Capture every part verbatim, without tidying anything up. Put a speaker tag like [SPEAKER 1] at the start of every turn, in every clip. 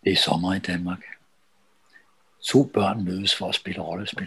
[SPEAKER 1] Det er sommer i Danmark. To børn mødes for at spille rollespil.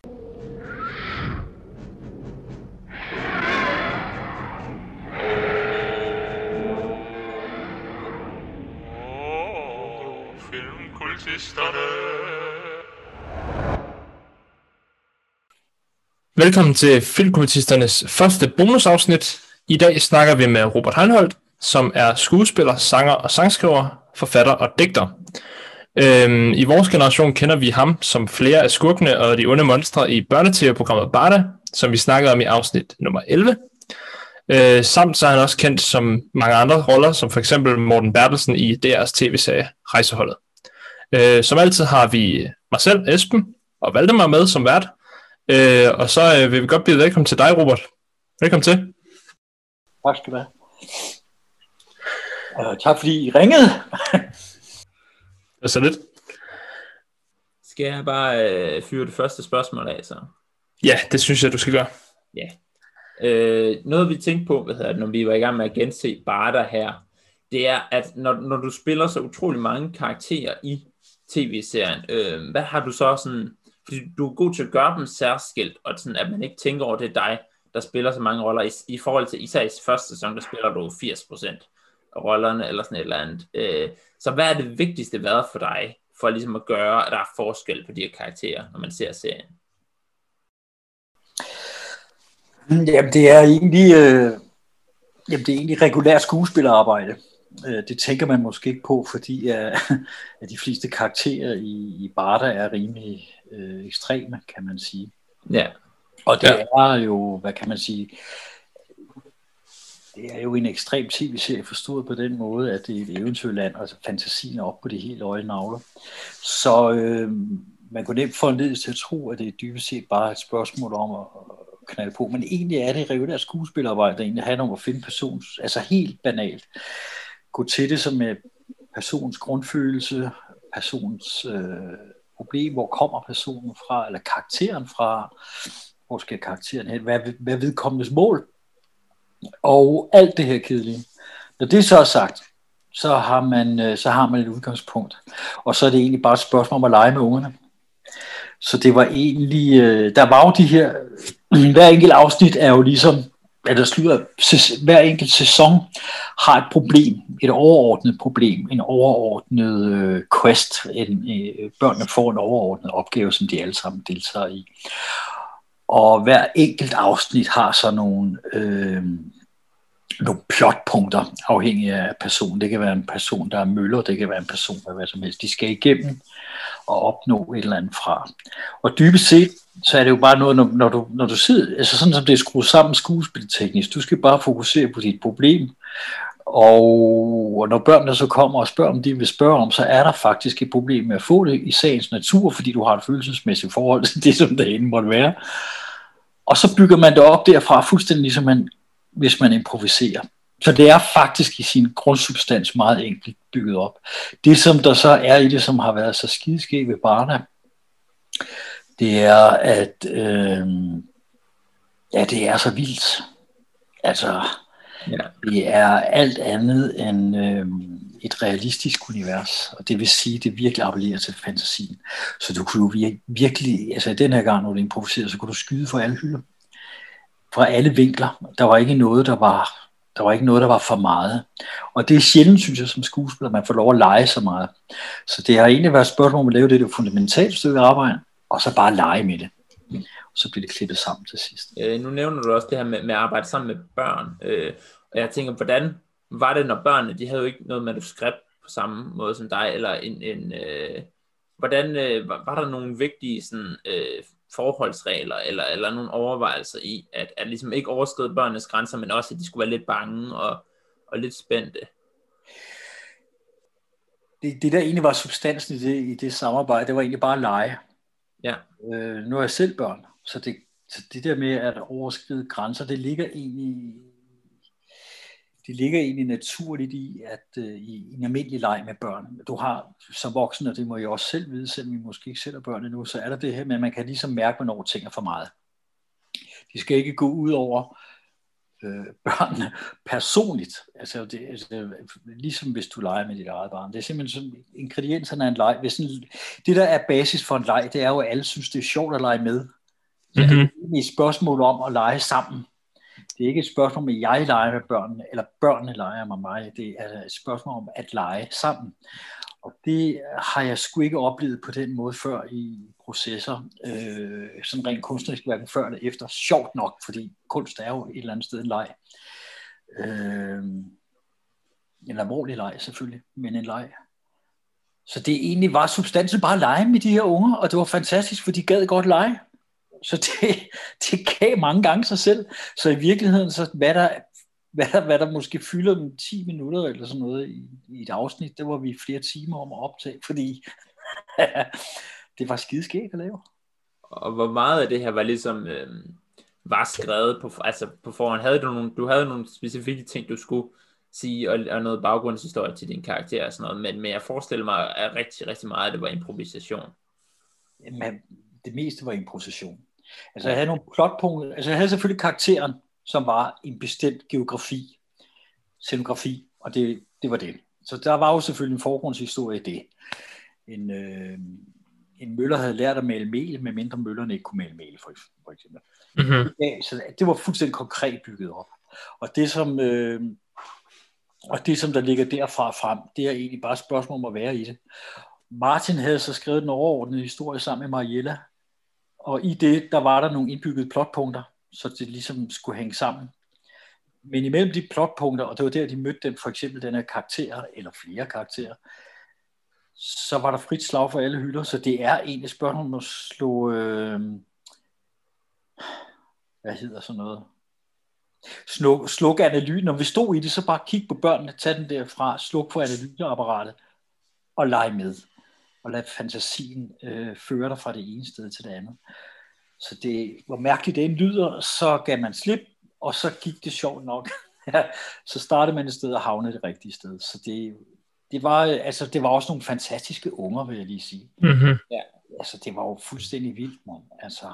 [SPEAKER 2] Velkommen til Filmkultisternes første bonusafsnit. I dag snakker vi med Robert Heinholt, som er skuespiller, sanger og sangskriver, forfatter og digter. Øhm, I vores generation kender vi ham som flere af skurkene og de onde monstre i børnetv-programmet Barda, som vi snakkede om i afsnit nummer elleve. Øh, samt så er han også kendt som mange andre roller, som for eksempel Morten Bertelsen i D R's tv-serie Rejseholdet. Øh, som altid har vi mig selv, Esben, og Valdemar med som vært. Øh, og så øh, vil vi godt byde velkommen til dig, Robert. Velkommen til.
[SPEAKER 1] Tak skal du have. Uh, tak fordi I ringede.
[SPEAKER 2] Det er så lidt.
[SPEAKER 3] Skal jeg bare øh, fyre det første spørgsmål af, så?
[SPEAKER 2] Ja, det synes jeg, du skal gøre.
[SPEAKER 3] Ja. Øh, noget vi tænkte på, hvad hedder det, når vi var i gang med at gense Barda her, det er, at når, når du spiller så utrolig mange karakterer i tv-serien, øh, hvad har du så sådan... Fordi du er god til at gøre dem særskilt, og sådan, at man ikke tænker over, det er dig, der spiller så mange roller. I, i forhold til især i første sæson, der spiller du firs procent af rollerne, eller sådan et eller andet. Øh, så hvad er det vigtigste været for dig, for ligesom at gøre, at der er forskel på de her karakterer, når man ser serien?
[SPEAKER 1] Jamen det er egentlig, øh, jamen, det er egentlig regulært skuespillerarbejde. Det tænker man måske ikke på, fordi at, at de fleste karakterer i, i Barda er rimelig øh, ekstreme, kan man sige.
[SPEAKER 3] Ja.
[SPEAKER 1] Og det
[SPEAKER 2] Ja.
[SPEAKER 1] er jo, hvad kan man sige, det er jo en ekstrem tv-serie forstået på den måde, at det er et eventyrland, altså fantasien er op på de helt øje navler. Så øh, man kunne nemt få en ledelse til at tro, at det er dybest set bare et spørgsmål om at knalde på, men egentlig er det regulært skuespillerarbejde, der egentlig handler om at finde persons, altså helt banalt, gå til det som med personens grundfølelse, personens øh, problem, hvor kommer personen fra, eller karakteren fra, hvor skal karakteren hen, hvad, hvad er vedkommendes mål, og alt det her kedelige. Når det så er sagt, så har man, så har man et udgangspunkt, og så er det egentlig bare et spørgsmål om at lege med ungerne. Så det var egentlig, øh, der var jo de her, hver enkelt afsnit er jo ligesom, eller slutter, hver enkelt sæson har et problem, et overordnet problem, en overordnet øh, quest, en, øh, børnene får en overordnet opgave, som de alle sammen deltager i. Og hver enkelt afsnit har så nogle, øh, nogle plotpunkter, afhængig af personen. Det kan være en person, der er møller, det kan være en person, der er hvad som helst. De skal igennem og opnå et eller andet fra. Og dybest set, så er det jo bare noget, når, når, du, når du sidder, altså sådan som det er skruet sammen skuespilteknisk, du skal bare fokusere på dit problem, og når børnene så kommer og spørger, om de vil spørge om, så er der faktisk et problem med at få det i sagens natur, fordi du har et følelsesmæssigt forhold til det, som derinde måtte være. Og så bygger man det op derfra, fuldstændig ligesom man, hvis man improviserer. Så det er faktisk i sin grundsubstans meget enkelt bygget op. Det, som der så er i det, som har været så skideskægt ved Barda, det er, at øh, ja, det er så vildt. Altså,
[SPEAKER 3] Ja.
[SPEAKER 1] det er alt andet end øh, et realistisk univers, og det vil sige, det virkelig appellerer til fantasien. Så du kunne jo vir- virkelig, altså den her gang, når du improviserede, så kunne du skyde fra alle hylder. Fra alle vinkler. Der var ikke noget, der var, der var ikke noget, der var for meget. Og det er sjældent, synes jeg, som skuespiller, man får lov at lege så meget. Så det har egentlig været et spørgsmål om at lave det, det fundamentale stykke arbejde, og så bare lege med det. Og så bliver det klippet sammen til sidst.
[SPEAKER 3] Øh, nu nævner du også det her med, med at arbejde sammen med børn. Øh, og jeg tænker, hvordan var det, når børnene, de havde jo ikke noget manuskript på samme måde som dig, eller en, en øh, hvordan øh, var, var der nogle vigtige sådan, øh, forholdsregler, eller, eller nogle overvejelser i, at, at ligesom ikke overskride børnenes grænser, men også, at de skulle være lidt bange og, og lidt spændte?
[SPEAKER 1] Det, det der egentlig var substansen i det, i det samarbejde, det var egentlig bare at lege.
[SPEAKER 3] Ja.
[SPEAKER 1] Øh, nu er jeg selv børn, så det, så det der med at overskride grænser, det ligger egentlig, det ligger egentlig naturligt i, at uh, i en almindelig leg med børn, du har som voksen, og det må jeg også selv vide, selvom vi måske ikke selv er børn endnu, så er der det her med, at man kan ligesom mærke, hvornår ting er for meget. De skal ikke gå ud over øh, børnene personligt. Altså, det, altså, ligesom hvis du leger med dit eget barn. Det er simpelthen som ingredienserne af en leg. Hvis en, det, der er basis for en leg, det er jo, at alle synes, det er sjovt at lege med. Så mm-hmm. det er et spørgsmål om at lege sammen. Det er ikke et spørgsmål om, at jeg leger med børnene, eller børnene leger med mig. Det er et spørgsmål om at lege sammen. Og det har jeg sgu ikke oplevet på den måde før i processer, øh, sådan rent kunstnerisk, hverken før eller efter. Sjovt nok, fordi kunst er jo et eller andet sted en leg. Øh, en alvorlig leg selvfølgelig, men en leg. Så det egentlig var substansen bare at lege med de her unger, og det var fantastisk, for de gad godt lege. Så det, det gav mange gange sig selv. Så i virkeligheden, så hvad der, hvad der, hvad der måske fylder dem ti minutter eller sådan noget i, i et afsnit, det var vi flere timer om at optage, fordi det var skideskægt at lave.
[SPEAKER 3] Og hvor meget af det her var ligesom øh, var skrevet på, altså på forhånd? Havde du, nogle, du havde nogle specifikke ting, du skulle sige, og, og noget baggrundshistorie til din karakter og sådan noget, men, men jeg forestiller mig, at rigtig, rigtig meget af det var improvisation.
[SPEAKER 1] Jamen, det meste var improvisation. Altså jeg havde nogle plotpunkter, altså jeg havde selvfølgelig karakteren, som var en bestemt geografi, scenografi, og det, det var det. Så der var jo selvfølgelig en forgrundshistorie i det. En, øh, en møller havde lært at male mel, medmindre møllerne ikke kunne male mel, for, for eksempel. Mm-hmm. Ja, så det var fuldstændig konkret bygget op. Og det som, øh, og det, som der ligger derfra frem, det er egentlig bare et spørgsmål om at være i det. Martin havde så skrevet den overordnede historie sammen med Mariella, og i det, der var der nogle indbyggede plotpunkter, så det ligesom skulle hænge sammen. Men imellem de plotpunkter, og det var der, de mødte den, for eksempel den her karakter, eller flere karakterer, så var der frit slag for alle hylder, så det er egentlig spørgsmål om at slå, øh, hvad hedder sådan noget, sluk, sluk analysen. Når vi stod i det, så bare kig på børnene, tag den derfra, sluk for analyseapparatet, og lege med. Og lad fantasien øh, føre dig fra det ene sted til det andet. Så det, hvor mærkeligt det lyder, så gav man slip, og så gik det sjovt nok. Så startede man et sted og havnede det rigtige sted. Så det, det, var, altså, det var også nogle fantastiske unger, vil jeg lige sige. Mm-hmm. Ja, altså, det var jo fuldstændig vildt, man. Altså,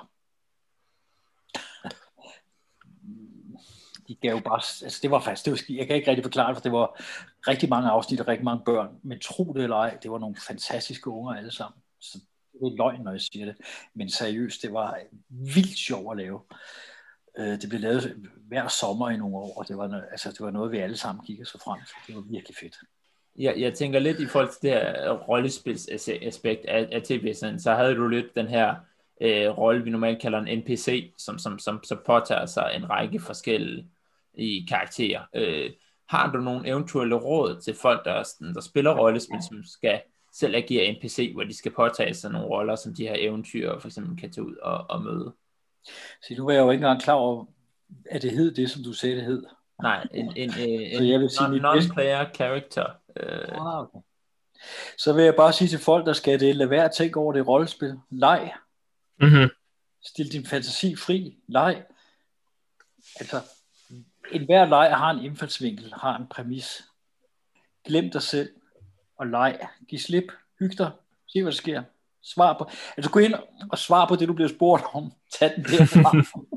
[SPEAKER 1] de gav jo bare, altså det var faktisk, det var, jeg kan ikke rigtig forklare det, for det var rigtig mange afsnit og rigtig mange børn, men tro det eller ej, det var nogle fantastiske unger alle sammen, så det er løgn, når jeg siger det, men seriøst, det var vildt sjovt at lave. Det blev lavet hver sommer i nogle år, og det var, altså, det var noget, vi alle sammen kiggede så frem til. Det var virkelig fedt.
[SPEAKER 3] Ja, jeg tænker lidt i forhold til det her rollespilsaspekt af, af T V-serien, så havde du lidt den her øh, rolle, vi normalt kalder en N P C, som, som, som, som påtager sig en række forskellige i karakterer. Øh, har du nogle eventuelle råd til folk, der, der spiller rollespil, som skal selv agere N P C, hvor de skal påtage sig nogle roller, som de her eventyr for eksempel kan tage ud og, og møde?
[SPEAKER 1] Så nu var jeg jo ikke engang klar over, at det hed det, som du sagde, det hed.
[SPEAKER 3] Nej, en, en, en,
[SPEAKER 1] så jeg vil sige,
[SPEAKER 3] en non-player character. Øh.
[SPEAKER 1] Ah, okay. Så vil jeg bare sige til folk, der skal det, lad være at tænke over det rollespil. Leg. Mm-hmm. Stil din fantasi fri. Leg. Altså, enhver leg har en indfaldsvinkel, har en præmis. Glem dig selv og leg. Giv slip. Hyg dig. Se, hvad der sker. Svar på. Altså, gå ind og svar på det, du bliver spurgt om. Tag den derfra.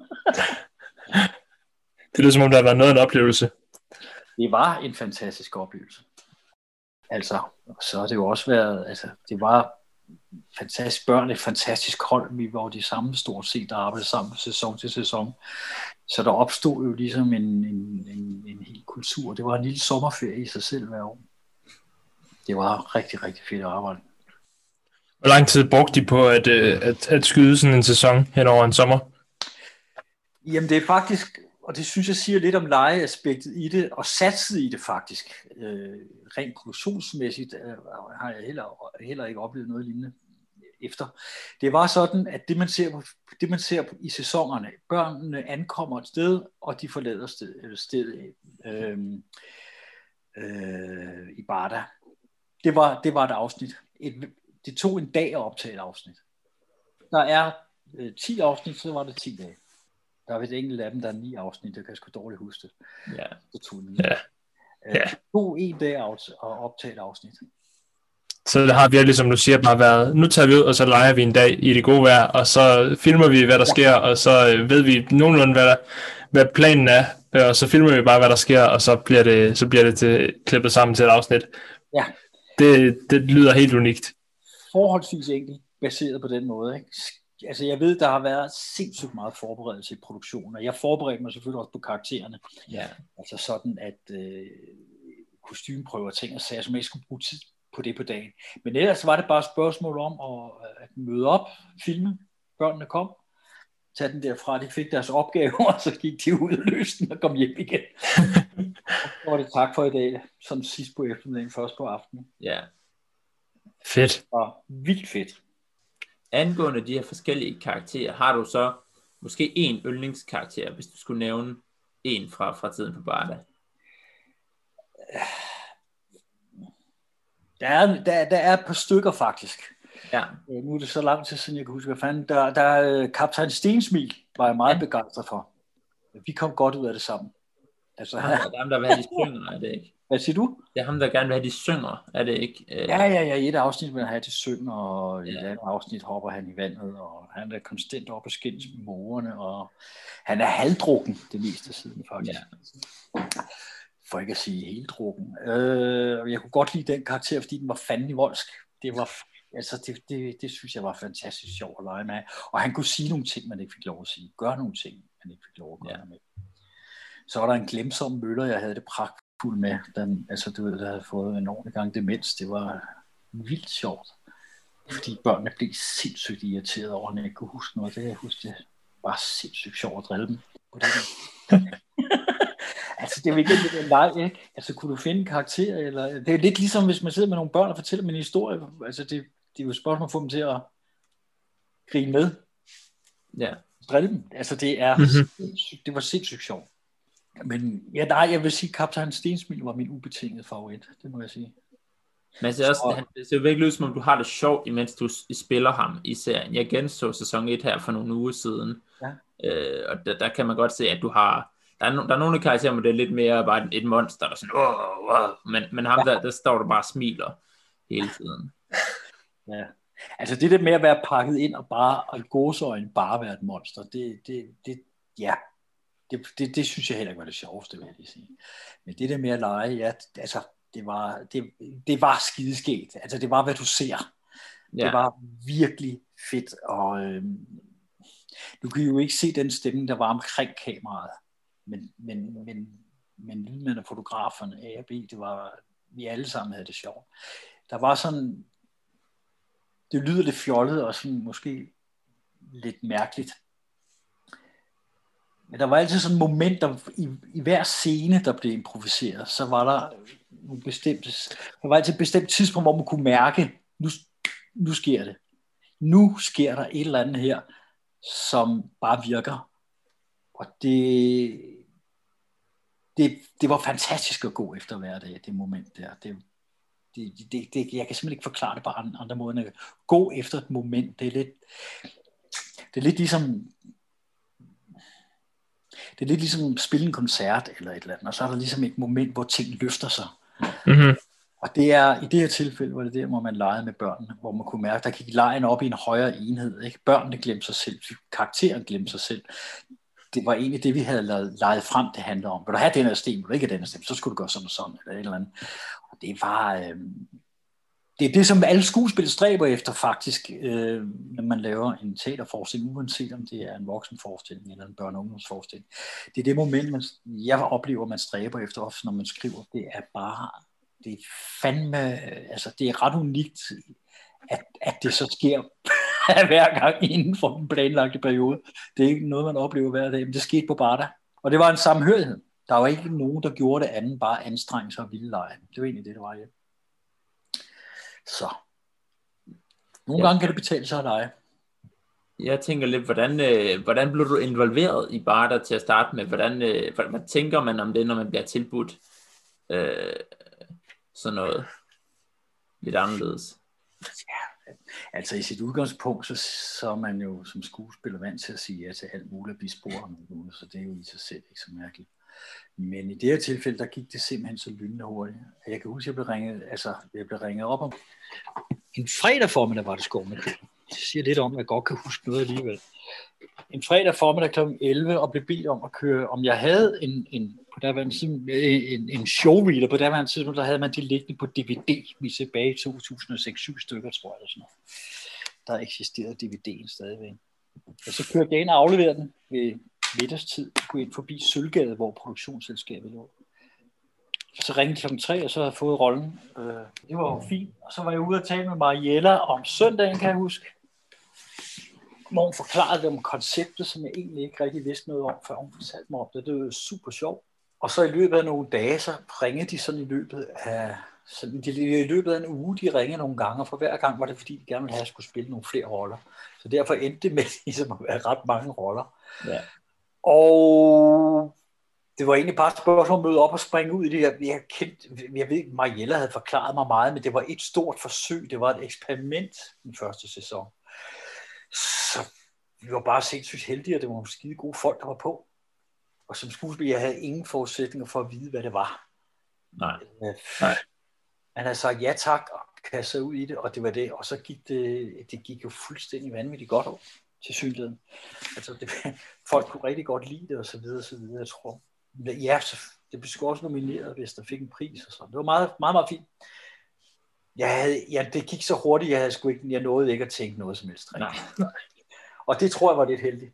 [SPEAKER 2] Det lyder som om, der var noget af en oplevelse.
[SPEAKER 1] Det var en fantastisk oplevelse. Altså, så har det jo også været, altså, det var fantastisk børn, et fantastisk hold. Vi var jo de samme stort set, der arbejdede sammen sæson til sæson. Så der opstod jo ligesom en, en, en, en hel kultur. Det var en lille sommerferie i sig selv hver år. Det var rigtig, rigtig fedt at arbejde.
[SPEAKER 2] Hvor lang tid brugte de på at, at, at skyde sådan en sæson hen over en sommer?
[SPEAKER 1] Jamen det er faktisk, og det synes jeg siger lidt om legeaspektet i det, og satset i det faktisk. Øh, rent produktionsmæssigt øh, har jeg heller, heller ikke oplevet noget lignende efter. Det var sådan, at det man ser, på, det, man ser på, i sæsonerne, børnene ankommer et sted, og de forlader stedet sted, øh, øh, i Barda. Det var, det var et afsnit. Et, det tog en dag at optage et afsnit. Der er øh, ti afsnit, så var det ti dage. Der er vist enkelt af dem, der er ni afsnit, det kan jeg sgu dårligt huske det.
[SPEAKER 3] Ja.
[SPEAKER 1] Det tog en,
[SPEAKER 2] ja.
[SPEAKER 1] Øh, ja. Det tog en dag at optage et afsnit.
[SPEAKER 2] Så det har virkelig, som du siger, bare været, nu tager vi ud, og så leger vi en dag i det gode vejr, og så filmer vi, hvad der ja. sker, og så ved vi nogenlunde, hvad, der, hvad planen er og så filmer vi bare, hvad der sker, og så bliver det, så bliver det til, klippet sammen til et afsnit.
[SPEAKER 1] Ja.
[SPEAKER 2] Det, det lyder helt unikt.
[SPEAKER 1] Forholdsvis enkelt, baseret på den måde, ikke? Altså, jeg ved, der har været sindssygt meget forberedelse i produktionen, og jeg forberedte mig selvfølgelig også på karaktererne.
[SPEAKER 3] Ja.
[SPEAKER 1] Altså sådan, at øh, kostymeprøver og ting og sager, som jeg ikke skulle bruge tid på det på dagen. Men ellers var det bare et spørgsmål om at, at møde op, filme, børnene kom, tage den derfra, de fik deres opgave, og så gik de ud og løste den og kom hjem igen. Så var det tak for i dag, som sidst på eftermiddagen, først på aftenen.
[SPEAKER 3] Ja.
[SPEAKER 2] Fedt.
[SPEAKER 1] Og vildt fedt.
[SPEAKER 3] Angående de her forskellige karakterer, har du så måske en yndlingskarakter, hvis du skulle nævne en fra, fra tiden på Barda?
[SPEAKER 1] Der er, der, der er et par stykker faktisk.
[SPEAKER 3] Ja.
[SPEAKER 1] Nu er det så lang tid siden, jeg kan huske, hvad fanden. Der, der er kaptajn Stensmil, var jeg meget ja. begejstret for. Vi kom godt ud af det sammen. Altså,
[SPEAKER 3] det er ham, der vil have, de synger, er det ikke?
[SPEAKER 1] Hvad siger du?
[SPEAKER 3] Det er ham, der gerne vil have, de synger, er det ikke?
[SPEAKER 1] Ja, ja, ja. I et afsnit vil han have, de synger, og i
[SPEAKER 3] ja.
[SPEAKER 1] et andet afsnit hopper han i vandet, og han er konstant oppe og skændes med morerne, og han er halvdrukken det meste af tiden, faktisk. Ja. For ikke at sige helt drukken. Øh, jeg kunne godt lide den karakter, fordi den var fandelig voldsk. Det var, altså, det, det, det synes jeg var fantastisk sjovt at lege med. Og han kunne sige nogle ting, man ikke fik lov at sige. Gøre nogle ting, man ikke fik lov at gøre ja. med. Så var der en glemsom møller, jeg havde det pragtfuldt med. Den, altså, du ved, der havde fået en ordentlig gang demens. Det var vildt sjovt. Fordi børnene blev sindssygt irriteret over, at jeg ikke kunne huske noget. Det jeg huske, det var sindssygt sjovt at drille dem. Altså, det er jo ikke lidt en leg, ikke? Altså, kunne du finde en karakter, eller... Det er lidt ligesom, hvis man sidder med nogle børn og fortæller dem en historie. Altså, det, det er jo et spørgsmål at få dem til at grine med.
[SPEAKER 3] Ja.
[SPEAKER 1] Drille dem. Altså, det er... Mm-hmm. Det var sindssygt sjovt. Men ja, nej, jeg vil sige, kaptajn Stensmil var min ubetingede favorit. Det må jeg sige.
[SPEAKER 3] Men det, er også, så... det ser jo virkelig ud, som om du har det sjovt, imens du spiller ham i serien. Jeg genså sæson et her for nogle uger siden. Ja. Øh, og der, der kan man godt se, at du har... Der er, no, der er nogle karakterer, hvor det er lidt mere bare et, et monster, der sådan, åh, åh, men, men ham ja. der, der står du bare og smiler hele tiden.
[SPEAKER 1] Ja, altså det der med at være pakket ind og bare, og i gåseøjne bare være et monster, det, det, det ja, det, det, det synes jeg heller ikke var det sjoveste, vil jeg lige sige. Men det der med at lege, ja, altså, det var, det, det var skideskægt. Altså det var, hvad du ser. Ja. Det var virkelig fedt, og øhm, du kan jo ikke se den stemning, der var omkring kameraet. Men, men, men, men lydmænd og fotograferne, A og B, det var, vi alle sammen havde det sjovt. Der var sådan, det lyder lidt fjollet og sådan måske lidt mærkeligt. Men der var altid sådan et moment, der i, i hver scene, der blev improviseret, så var der nogle bestemte, der var altid et bestemt tidspunkt, hvor man kunne mærke, nu, nu sker det. Nu sker der et eller andet her, som bare virker. Og det, det, det var fantastisk at gå efter hver dag, det moment der. Det, det, det, det, jeg kan simpelthen ikke forklare det på andre, andre måder end at gå efter et moment. Det er lidt, det er lidt ligesom, det er lidt ligesom at spille en koncert eller et eller andet, og så er der ligesom et moment, hvor ting løfter sig. Mm-hmm. Og det er, i det her tilfælde, var det der, hvor man legede med børnene, hvor man kunne mærke, der gik legen op i en højere enhed. Ikke? Børnene glemte sig selv, karakteren glemte sig selv. Det var egentlig det, vi havde leget frem, det handler om. Vil du have den her sten, vil du ikke have den her sten, så skulle du gøre sådan og sådan, eller et eller andet. Og det var, øh, det er det, som alle skuespil stræber efter, faktisk, øh, når man laver en teaterforestilling, uanset om det er en voksenforestilling eller en børne- og ungdomsforestilling. Det er det moment, man, jeg oplever, man stræber efter, også når man skriver. Det er bare, det er fandme, altså det er ret unikt, at, at det så sker hver gang inden for den planlagte periode. Det er ikke noget, man oplever hver dag, men det skete på Barda. Og det var en samhørighed. Der var ikke nogen, der gjorde det andet, bare anstrengelse sig og ville lege. Det var egentlig det, der var hjemme. Så. Nogle ja. gange kan det betale sig at lege.
[SPEAKER 3] Jeg tænker lidt, hvordan, øh, hvordan blev du involveret i Barda til at starte med? Hvordan, øh, hvad tænker man om det, når man bliver tilbudt øh, sådan noget lidt anderledes?
[SPEAKER 1] Ja, altså i sit udgangspunkt, så, så er man jo som skuespiller vant til at sige ja til alt muligt at blive spurgt om det, så det er jo i sig selv ikke så mærkeligt. Men i det her tilfælde, der gik det simpelthen så lynende hurtigt. Jeg kan huske, at jeg blev ringet, altså, jeg blev ringet op om en fredag formiddag, var det Skov med Køben. det siger lidt om, at jeg godt kan huske noget alligevel. En fredag formiddag klokken elleve og blev bedt om at køre, om jeg havde en, en på derværende tid, en, en showreader. På derværende tid, der havde man det liggende på D V D. Vi er tilbage i to tusind og seks syv stykker, tror jeg. Eller sådan noget. Der eksisterede D V D'en stadigvæk. Og så kørte jeg ind og afleverede den ved middagstid. Jeg kunne ind forbi Sølvgade, hvor produktionsselskabet lå. Og så ringede klokken tre, og så havde jeg fået rollen. Det var jo fint. Og så var jeg ude og tale med Mariella om søndagen, kan jeg huske. Hvor hun forklarede det om konceptet, som jeg egentlig ikke rigtig vidste noget om, før hun fortalte mig om det. Det var super sjovt. Og så i løbet af nogle dage, så ringede de sådan i løbet af, sådan, de, i løbet af en uge, de ringede nogle gange, og for hver gang var det, fordi de gerne ville have, at jeg skulle spille nogle flere roller. Så derfor endte det med ligesom at være ret mange roller. Ja. Og det var egentlig bare et spørgsmål at møde op og springe ud i det. Jeg, jeg, kendte, jeg ved ikke, Mariella havde forklaret mig meget, men det var et stort forsøg. Det var et eksperiment den første sæson. Så vi var bare sindssygt heldige, og det var nogle skide gode folk, der var på. Og som skuespiller, jeg havde ingen forudsætninger for at vide, hvad det var.
[SPEAKER 3] Nej.
[SPEAKER 1] Nej. Han havde sagt ja tak, og kastet ud i det, og det var det. Og så gik det, det gik jo fuldstændig vanvittigt godt over til synligheden. Altså, det, folk kunne rigtig godt lide det, og så videre, og så videre, jeg tror. Ja, så det blev sgu også nomineret, hvis der fik en pris og sådan. Det var meget, meget, meget fint. Jeg havde, ja, det gik så hurtigt, jeg, havde sgu ikke, jeg nåede ikke at tænke noget som helst.
[SPEAKER 3] Nej, nej.
[SPEAKER 1] Og det tror jeg var lidt heldigt.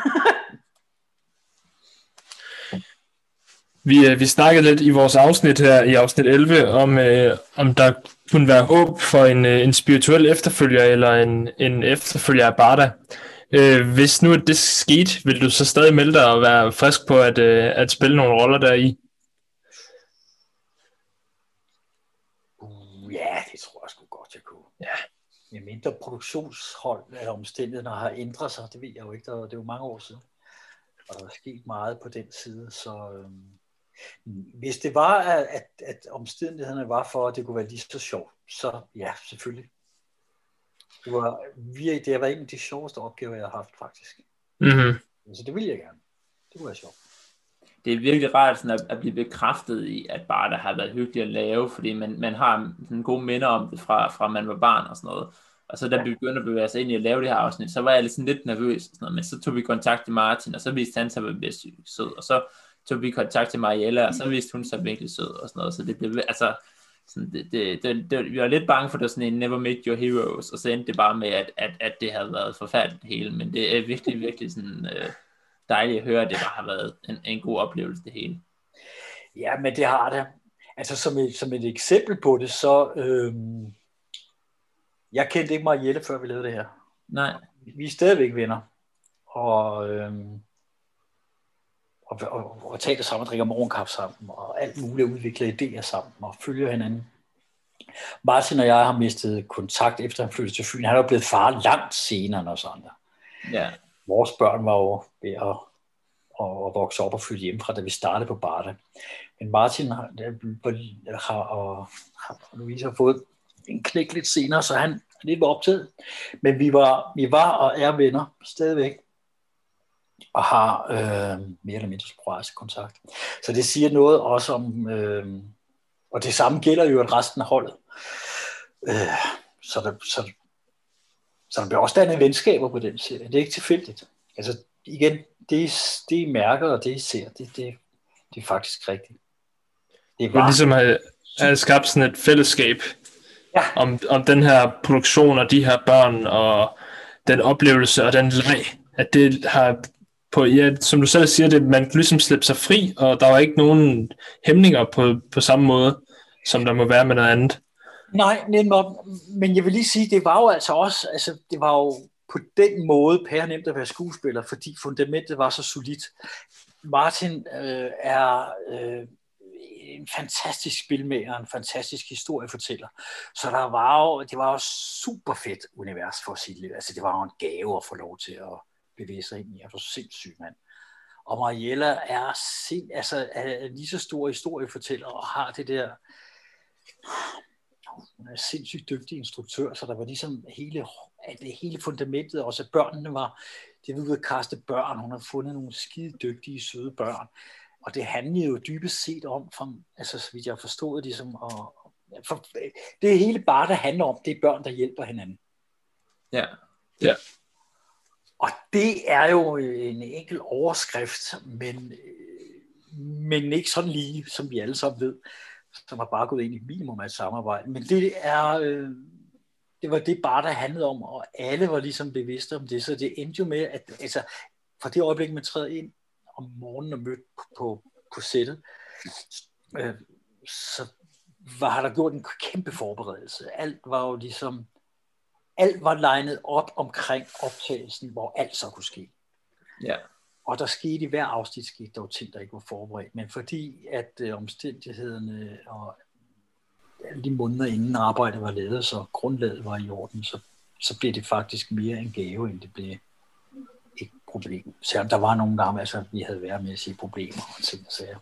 [SPEAKER 2] vi, vi snakkede lidt i vores afsnit her, i afsnit elleve, om, øh, om der kunne være håb for en, en spirituel efterfølger, eller en, en efterfølger af Barda. Øh, hvis nu det skete, vil du så stadig melde dig og være frisk på at, øh, at spille nogle roller deri?
[SPEAKER 1] Uh, ja, det tror jeg sgu godt, jeg kunne.
[SPEAKER 2] Ja.
[SPEAKER 1] Med mindre produktionshold eller omstændighederne har ændret sig, det ved jeg jo ikke, der, det er jo mange år siden. Og der er sket meget på den side, så øhm, hvis det var, at, at, at omstændighederne var for, at det kunne være lige så sjovt, så ja, selvfølgelig. Det var virkelig, det har været en af de sjoveste opgaver, jeg har haft, faktisk.
[SPEAKER 2] Mm-hmm.
[SPEAKER 1] Så det ville jeg gerne. Det kunne være sjovt.
[SPEAKER 3] Det er virkelig rart sådan at, at blive bekræftet i, at bare der har været hyggeligt at lave, fordi man, man har sådan gode minder om det fra, fra man var barn og sådan noget. Og så da vi begyndte at bevæge sig ind i at lave det her afsnit, så var jeg lidt, sådan lidt nervøs og sådan noget, men så tog vi kontakt til Martin, og så viste han sig at være virkelig sød, og så tog vi kontakt til Mariella, og så viste hun sig virkelig sød og sådan noget, så det blev, altså, sådan, det, det, det, det, vi var lidt bange for, det var sådan en never meet your heroes, og så endte det bare med, at, at, at det havde været forfærdeligt det hele, men det er virkelig, virkelig sådan øh, dejligt at høre, at det bare har været en, en god oplevelse det hele.
[SPEAKER 1] Ja, men det har det. Altså som et, som et eksempel på det, så øhm, jeg kendte ikke Marielle, før vi lavede det her.
[SPEAKER 3] Nej.
[SPEAKER 1] Vi er stadigvæk venner. Og, øhm, og, og, og taler sammen, drikker morgenkaffe sammen, og alt muligt udvikler idéer sammen, og følger hinanden. Martin og jeg har mistet kontakt, efter han flyttede til Fyn. Han er jo blevet far langt senere end os andre.
[SPEAKER 3] Ja.
[SPEAKER 1] Vores børn var jo ved at, at, at vokse op og flytte hjemmefra, da vi startede på Barda. Men Martin har, har, og, har Louise har fået en knæk lidt senere, så han er lidt optaget. Men vi var, vi var og er venner stadigvæk, og har øh, mere eller mindre sporadisk kontakt. Så det siger noget også om, øh, og det samme gælder jo resten af holdet. Øh, så, der, så, så der bliver også dannet venskaber på den serie. Det er ikke tilfældigt. Altså igen, det, det I mærker, og det I ser, det, det, det er faktisk rigtigt.
[SPEAKER 2] Det er bare... ligesom at have skabt sådan et fællesskab, ja, om, om den her produktion og de her børn, og den oplevelse og den leg, at det har på, ja, som du selv siger, det, man ligesom slipper sig fri, og der var ikke nogen hæmninger på, på samme måde, som der må være med noget andet.
[SPEAKER 1] Nej, men jeg vil lige sige, det var jo altså også, altså det var jo på den måde pære nemt at være skuespiller, fordi fundamentet var så solidt. Martin øh, er øh, en fantastisk spilmager, en fantastisk historiefortæller, så der var jo, det var jo super fedt univers for sit liv. Altså det var jo en gave at få lov til at bevæge sig ind i. Jeg var sindssyg, mand. Og Mariella er, sind, altså, er lige så stor historiefortæller og har det der, hun er en sindssygt dygtig instruktør, så der var ligesom hele, det hele fundamentet, også at børnene var, det var ude at kaste børn, hun har fundet nogle skide dygtige, søde børn, og det handler jo dybest set om, for, altså så vidt jeg har forstået, ligesom, og, for, det hele bare, der handler om, det er børn, der hjælper hinanden.
[SPEAKER 3] Ja.
[SPEAKER 2] Ja.
[SPEAKER 1] Og det er jo en enkel overskrift, men, men ikke sådan lige, som vi alle sammen ved, som har bare gået ind i minimum af et samarbejde. Men det er, øh, det var det bare, der handlede om, og alle var ligesom bevidste om det, så det endte jo med, at altså, fra det øjeblik, man træder ind om morgenen og mødte på, på, på sættet, øh, så var, har der gjort en kæmpe forberedelse. Alt var jo ligesom, alt var legnet op omkring optagelsen, hvor alt så kunne ske.
[SPEAKER 3] Ja.
[SPEAKER 1] Og der skete i hver afsnit, skete der jo ting, der ikke var forberedt. Men fordi at øh, omstændighederne og alle de måneder inden arbejdet var lavet, så grundlaget var i orden, så, så blev det faktisk mere en gave, end det blev et problem. Selvom der var nogle gange, altså vi havde været med at sige problemer og ting og sager.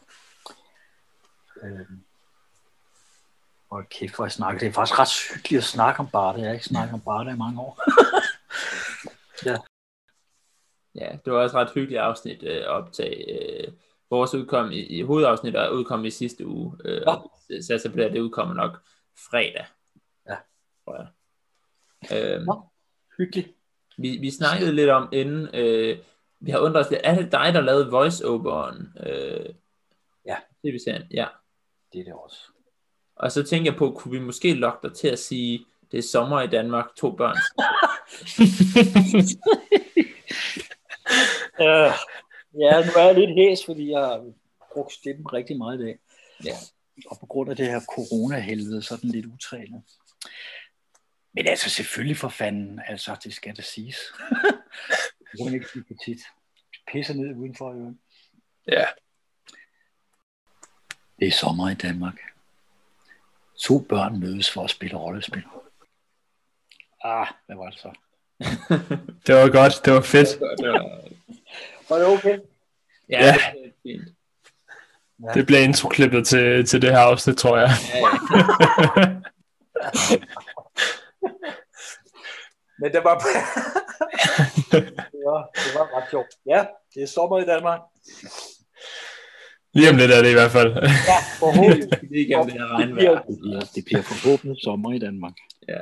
[SPEAKER 1] Øhm. Og kæft, hvor jeg snakker. Det er faktisk ret hyggeligt at snakke om Barda. Jeg har ikke snakket om Barda i mange år. Ja.
[SPEAKER 3] Ja, det var også ret hyggeligt afsnit øh, optag. Øh, vores udkom i, i hovedafsnit er udkommet i sidste uge. Øh, ja. Så, så bliver det udkommet nok fredag.
[SPEAKER 1] Ja.
[SPEAKER 3] Tror jeg. Øh,
[SPEAKER 1] ja. Hyggeligt.
[SPEAKER 3] Vi, vi snakkede lidt om inden, øh, vi har undret os lidt, er det dig, der lavede voice-overen? Øh,
[SPEAKER 1] ja.
[SPEAKER 3] Det vil sige, ja.
[SPEAKER 1] Det er det også.
[SPEAKER 3] Og så tænker jeg på, kunne vi måske lokke dig til at sige, det er sommer i Danmark, to børn.
[SPEAKER 1] uh, ja, nu er jeg lidt hæs, fordi jeg har brugt stemmen rigtig meget i dag.
[SPEAKER 3] Ja.
[SPEAKER 1] Og på grund af det her corona-helvede, så er den lidt utrænet. Men altså selvfølgelig for fanden, altså det skal da siges. Det kan man ikke sige tit. Pisser ned udenfor jo.
[SPEAKER 2] Ja.
[SPEAKER 1] Det er sommer i Danmark. To børn mødes for at spille rollespil. Ah, hvad var det så?
[SPEAKER 2] Det var godt, det var fedt.
[SPEAKER 3] Det var,
[SPEAKER 1] var det okay?
[SPEAKER 3] Ja,
[SPEAKER 2] ja.
[SPEAKER 3] Det var fint.
[SPEAKER 2] Ja. Det bliver introklippet til, til det her afsnit, tror jeg. Ja, ja.
[SPEAKER 1] Men det var, det var, det var ret sjovt. Ja, det er sommer i Danmark.
[SPEAKER 2] Lige om lidt er det i hvert fald.
[SPEAKER 1] Ja, forhåbentlig.
[SPEAKER 3] Det bliver, det, regnvejr.
[SPEAKER 1] Det, bliver, det bliver forhåbentlig sommer i Danmark.
[SPEAKER 3] Ja.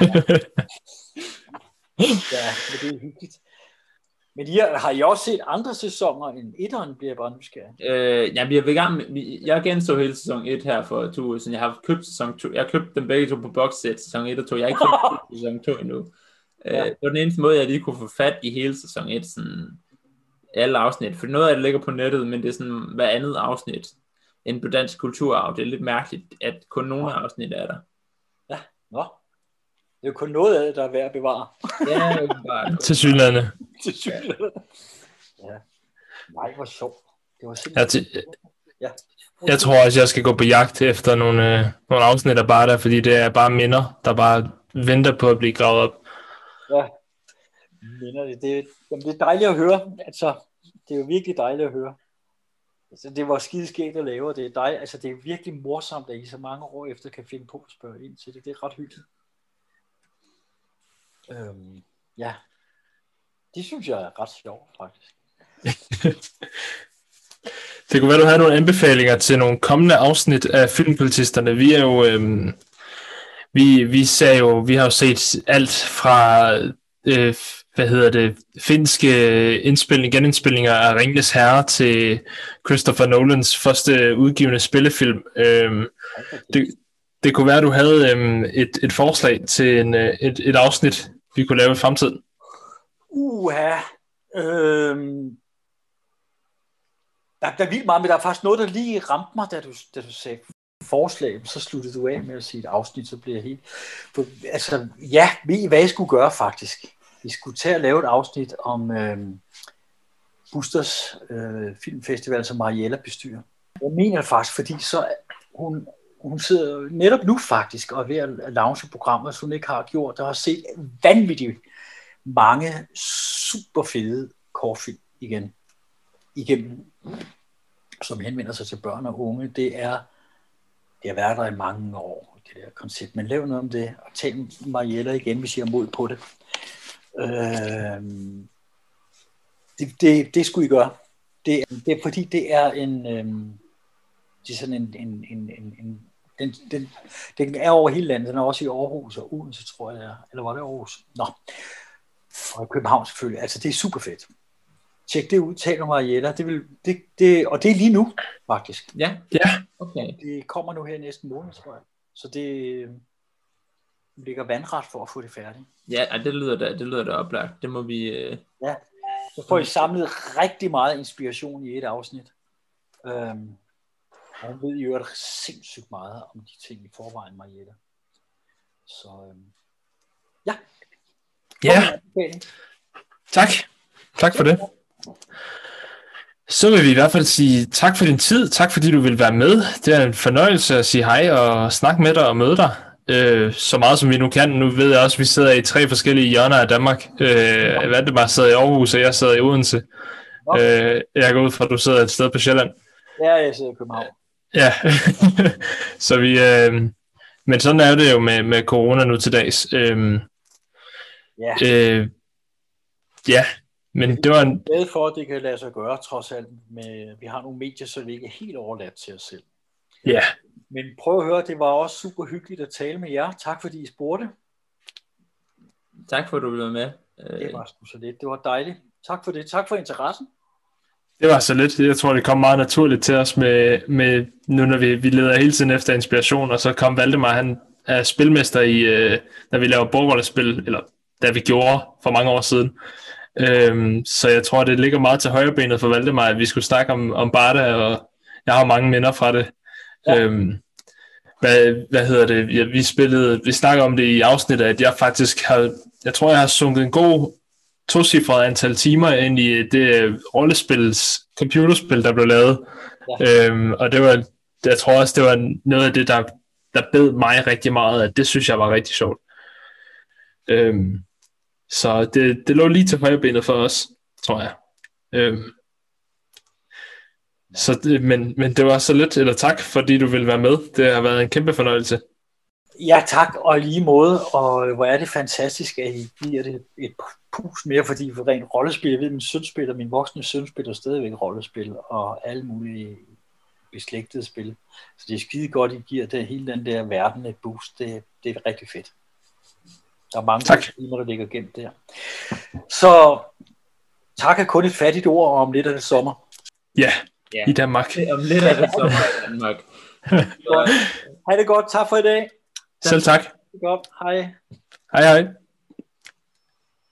[SPEAKER 1] Ja, men det er hyggeligt. Men I, har I også set andre sæsoner end etteren, bliver jeg bare nysgerrig?
[SPEAKER 3] Øh, jeg bliver i gang med, jeg genså hele sæson et her for to uger siden. Jeg har købt sæson to. Jeg har købt dem begge to på boxset, sæson et og to. Jeg har ikke købt sæson to endnu. Ja. Øh, det var den eneste måde, jeg lige kunne få fat i hele sæson et, sådan alle afsnit. For noget af det ligger på nettet, men det er sådan hver andet afsnit end på Dansk Kulturarv. Det er lidt mærkeligt, at kun nogle af afsnit er der.
[SPEAKER 1] Ja, nå. Det er jo kun noget af det, der er værd at bevare.
[SPEAKER 3] Ja, det er bare...
[SPEAKER 2] Til synlande.
[SPEAKER 1] Til synlande. Ja. Nej, hvor sjovt. Det var
[SPEAKER 2] simpelthen... Jeg, t- ja. jeg tror også, jeg skal gå på jagt efter nogle, øh, nogle afsnit af bare der, fordi det er bare minder, der bare venter på at blive gravet op.
[SPEAKER 1] Ja, minder det. Det, jamen, det er dejligt at høre. Altså, det er jo virkelig dejligt at høre. Altså, det var skideskægt at lave, og det er dejligt. Altså, det er virkelig morsomt, at I så mange år efter kan finde på at spørge ind til det. Det er ret hyggeligt. Øhm, ja, det synes jeg er ret sjovt, faktisk.
[SPEAKER 2] Det kunne være, du havde nogle anbefalinger til nogle kommende afsnit af Filmpolitisterne. Vi er jo, øhm, vi, vi ser jo, vi har jo set alt fra, øh, hvad hedder det, finske indspilning, genindspillinger af Ringenes Herre til Christopher Nolans første udgivende spillefilm. Øhm, det, det kunne være, du havde øhm, et, et forslag til en, et, et afsnit, vi kunne lave i fremtiden.
[SPEAKER 1] Uha. Øhm. Der, der er vildt meget, men der er faktisk noget, der lige ramte mig, da du, da du sagde forslag, så sluttede du af med at sige et afsnit, så bliver jeg helt... For, altså, ja, ved I, hvad I skulle gøre faktisk? I skulle tage at lave et afsnit om øhm, Busters øh, filmfestival, som Mariella bestyrer. Jeg mener det faktisk, fordi så hun... Hun sidder netop nu faktisk og er ved at launche programmer, som hun ikke har gjort. Der har set vanvittigt mange super fede kortfilm igen, igennem, som henvender sig til børn og unge. Det er, det har været der i mange år, det der koncept. Men lav noget om det, og tal Mariella igen, hvis I har mod på det. Øh, det, det. Det skulle I gøre. Det, det er fordi, det er en... Øh, det er sådan en... en, en, en, en Den, den, den er over hele landet, den er også i Aarhus og Odense, tror jeg det er. Eller var det Aarhus? Nå. Og i København selvfølgelig. Altså, det er super fedt. Tjek det ud, tal om Mariella. Det vil, det, det, og det er lige nu, faktisk.
[SPEAKER 3] Ja,
[SPEAKER 2] Ja.
[SPEAKER 3] okay.
[SPEAKER 1] Det kommer nu her i næsten måned, tror jeg. Så det ligger vandret for at få det færdigt.
[SPEAKER 3] Ja, det lyder da, det lyder da oplagt. Det må vi... Øh...
[SPEAKER 1] Ja, så får I samlet rigtig meget inspiration i et afsnit. Øhm, og hun ved jo sindssygt meget om de ting i forvejen, Mariella. Så øhm, ja.
[SPEAKER 2] Ja, tak. Tak for det. Så vil vi i hvert fald sige tak for din tid. Tak fordi du vil være med. Det er en fornøjelse at sige hej og snakke med dig og møde dig. Øh, så meget som vi nu kan. Nu ved jeg også, at vi sidder i tre forskellige hjørner af Danmark. Øh, Valdemar sidder i Aarhus, og jeg sidder i Odense. Øh, jeg går ud fra, at du sidder et sted på Sjælland.
[SPEAKER 1] Ja, jeg sidder i København.
[SPEAKER 2] Ja, så vi... Øh, men sådan er det jo med, med corona nu til dags. Øh,
[SPEAKER 1] ja.
[SPEAKER 2] Øh, ja, men det var en...
[SPEAKER 1] Jeg er glad for, at det kan lade sig gøre, trods alt. Med, vi har nogle medier, så vi ikke er helt overladt til os selv.
[SPEAKER 2] Ja.
[SPEAKER 1] Men prøv at høre, det var også super hyggeligt at tale med jer. Tak fordi I spurgte.
[SPEAKER 3] Tak for, at du ville være med.
[SPEAKER 1] Det var sgu så lidt. Det var dejligt. Tak for det. Tak for interessen.
[SPEAKER 2] Det var så lidt. Jeg tror, det kom meget naturligt til os med, med nu, når vi, vi leder hele tiden efter inspiration, og så kom Valdemar, han er spilmester i, øh, når vi laver bordrollespil, eller da vi gjorde for mange år siden. Øhm, så jeg tror, det ligger meget til højrebenet for Valdemar, at vi skulle snakke om, om Barda, og jeg har mange minder fra det. Ja. Øhm, hvad, hvad hedder det? Ja, vi spillede, vi snakker om det i afsnittet, at jeg faktisk har, jeg tror, jeg har sunket en god tocifret antal timer ind i det rollespils, computerspil, der blev lavet. Ja. Øhm, og det var, jeg tror også, det var noget af det, der, der bed mig rigtig meget, at det synes jeg var rigtig sjovt. Øhm, så det, det lå lige til højrebenet for os, tror jeg. Øhm, så det, men, men det var så lidt, eller tak, fordi du ville være med. Det har været en kæmpe fornøjelse.
[SPEAKER 1] Ja, tak, og i lige måde, og hvor er det fantastisk, at I giver det et pus mere, fordi for rent rollespil, jeg ved, min søn spiller, min voksne søn spiller stadigvæk rollespil, og alle mulige beslægtede spil. Så det er skide godt, I giver det, hele den der verden et boost. Det, det er rigtig fedt. Der er mange timer, der ligger gemt der. Så tak er kun et fattigt ord, og om lidt er det sommer.
[SPEAKER 2] Ja, yeah, i Danmark.
[SPEAKER 3] Om lidt er det sommer i Danmark.
[SPEAKER 1] Ha' det godt. Tak for i dag.
[SPEAKER 2] Selv tak.
[SPEAKER 1] Godt. Hej.
[SPEAKER 2] Hej hej.